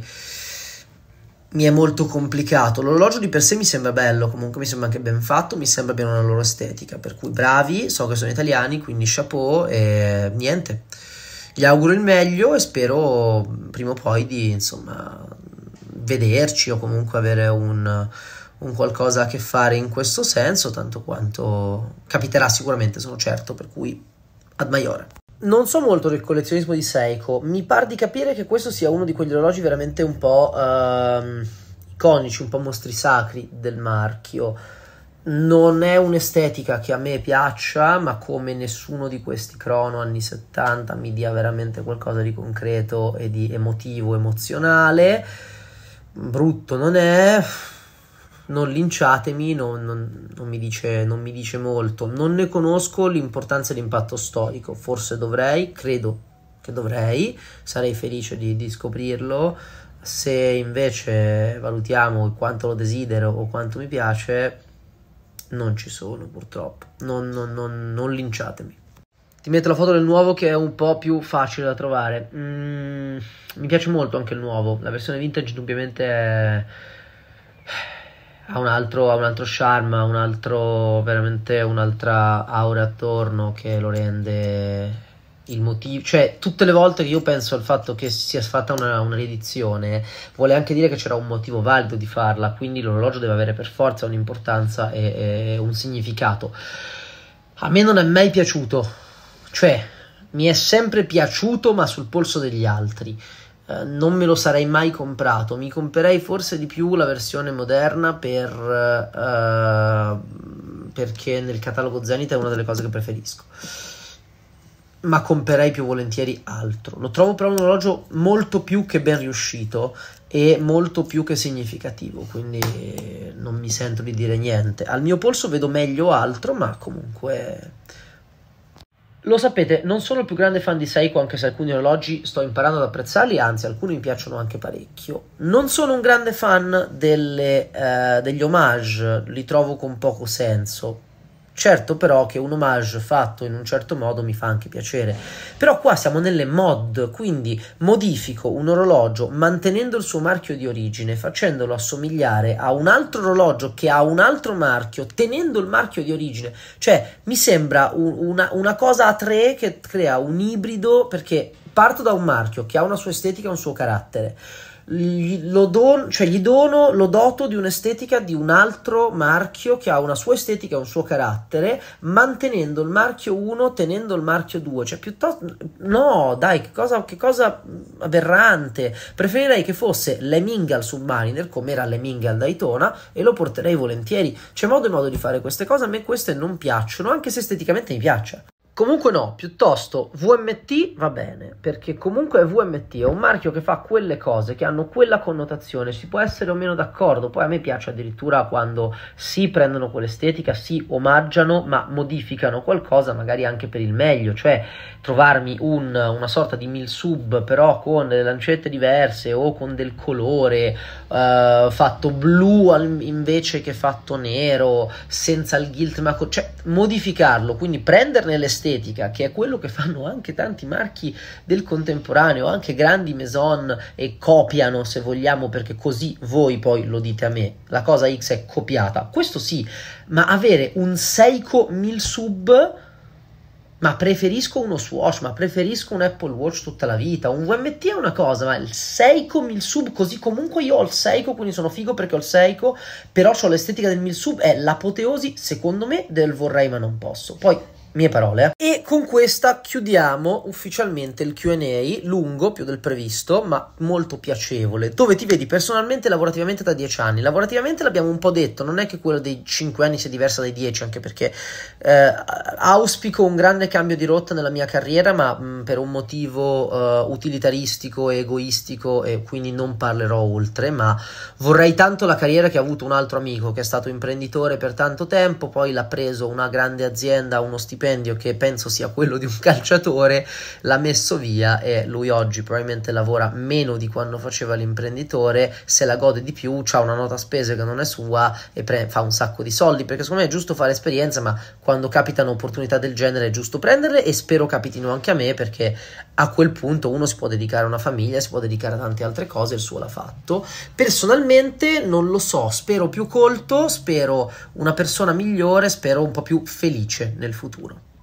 mi è molto complicato. L'orologio di per sé mi sembra bello, comunque mi sembra anche ben fatto, mi sembra abbiano una loro estetica, per cui bravi, so che sono italiani, quindi chapeau e niente, gli auguro il meglio e spero prima o poi di insomma vederci o comunque avere un un qualcosa a che fare in questo senso, tanto quanto capiterà sicuramente, sono certo, per cui ad maiore. Non so molto del collezionismo di Seiko, mi par di capire che questo sia uno di quegli orologi veramente un po' uh, iconici, un po' mostri sacri del marchio. Non è un'estetica che a me piaccia, ma come nessuno di questi crono anni settanta mi dia veramente qualcosa di concreto e di emotivo, emozionale. Brutto non è, non linciatemi, non, non, non, mi dice, non mi dice molto, non ne conosco l'importanza e l'impatto storico, forse dovrei, credo che dovrei, sarei felice di, di scoprirlo. Se invece valutiamo quanto lo desidero o quanto mi piace, non ci sono purtroppo, non, non, non, non linciatemi. Ti metto la foto del nuovo che è un po' più facile da trovare. mm, mi piace molto anche il nuovo, la versione vintage indubbiamente è... ha un altro, ha un altro charme, ha un altro, veramente un'altra aura attorno che lo rende il motivo, cioè tutte le volte che io penso al fatto che sia fatta una, una riedizione vuole anche dire che c'era un motivo valido di farla, quindi l'orologio deve avere per forza un'importanza e, e un significato. A me non è mai piaciuto, cioè mi è sempre piaciuto ma sul polso degli altri. Uh, non me lo sarei mai comprato, mi comprerei forse di più la versione moderna per, uh, perché nel catalogo Zenith è una delle cose che preferisco, ma comprerei più volentieri altro. Lo trovo però un orologio molto più che ben riuscito e molto più che significativo, quindi non mi sento di dire niente. Al mio polso vedo meglio altro, ma comunque... Lo sapete, non sono il più grande fan di Seiko, anche se alcuni orologi sto imparando ad apprezzarli, anzi alcuni mi piacciono anche parecchio. Non sono un grande fan delle, eh, degli homage, li trovo con poco senso. Certo però che un homage fatto in un certo modo mi fa anche piacere, però qua siamo nelle mod, quindi modifico un orologio mantenendo il suo marchio di origine, facendolo assomigliare a un altro orologio che ha un altro marchio, tenendo il marchio di origine, cioè mi sembra un, una, una cosa a tre che crea un ibrido, perché parto da un marchio che ha una sua estetica e un suo carattere, Gli, lo don, cioè gli dono, lo doto di un'estetica di un altro marchio che ha una sua estetica e un suo carattere, mantenendo il marchio uno, tenendo il marchio due, cioè piuttosto no dai, che cosa, che cosa aberrante. Preferirei che fosse l'Hemingway Submariner come era l'Hemingway Daytona e lo porterei volentieri. C'è modo e modo di fare queste cose, a me queste non piacciono, anche se esteticamente mi piaccia. Comunque no, piuttosto V M T va bene, perché comunque V M T è un marchio che fa quelle cose, che hanno quella connotazione, si può essere o meno d'accordo, poi a me piace addirittura quando si prendono quell'estetica, si omaggiano, ma modificano qualcosa magari anche per il meglio, cioè trovarmi un, una sorta di Milsub però con delle lancette diverse o con del colore uh, fatto blu al, invece che fatto nero, senza il gilt, ma cioè modificarlo, quindi prenderne l'estetica, che è quello che fanno anche tanti marchi del contemporaneo, anche grandi maison, e copiano, se vogliamo, perché così voi poi lo dite a me, la cosa X è copiata, questo sì, ma avere un Seiko Milsub, ma preferisco uno Swatch, ma preferisco un Apple Watch tutta la vita, un V M T è una cosa, ma il Seiko Milsub, così comunque io ho il Seiko, quindi sono figo perché ho il Seiko, però ho l'estetica del Milsub, è l'apoteosi, secondo me, del vorrei ma non posso. Poi Mie parole. E con questa chiudiamo ufficialmente il Q and A, lungo, più del previsto, ma molto piacevole. Dove ti vedi personalmente lavorativamente da dieci anni? Lavorativamente l'abbiamo un po' detto, non è che quello dei cinque anni sia diversa dai dieci, anche perché eh, auspico un grande cambio di rotta nella mia carriera, ma mh, per un motivo uh, utilitaristico e egoistico, e quindi non parlerò oltre, ma vorrei tanto la carriera che ha avuto un altro amico che è stato imprenditore per tanto tempo, poi l'ha preso una grande azienda, uno stipendio che penso sia quello di un calciatore, l'ha messo via e lui oggi probabilmente lavora meno di quando faceva l'imprenditore, se la gode di più, c'ha una nota spese che non è sua e pre- fa un sacco di soldi, perché secondo me è giusto fare esperienza, ma quando capitano opportunità del genere è giusto prenderle, e spero capitino anche a me, perché a quel punto uno si può dedicare a una famiglia, si può dedicare a tante altre cose, il suo l'ha fatto. Personalmente non lo so, spero più colto, spero una persona migliore, spero un po' più felice nel futuro.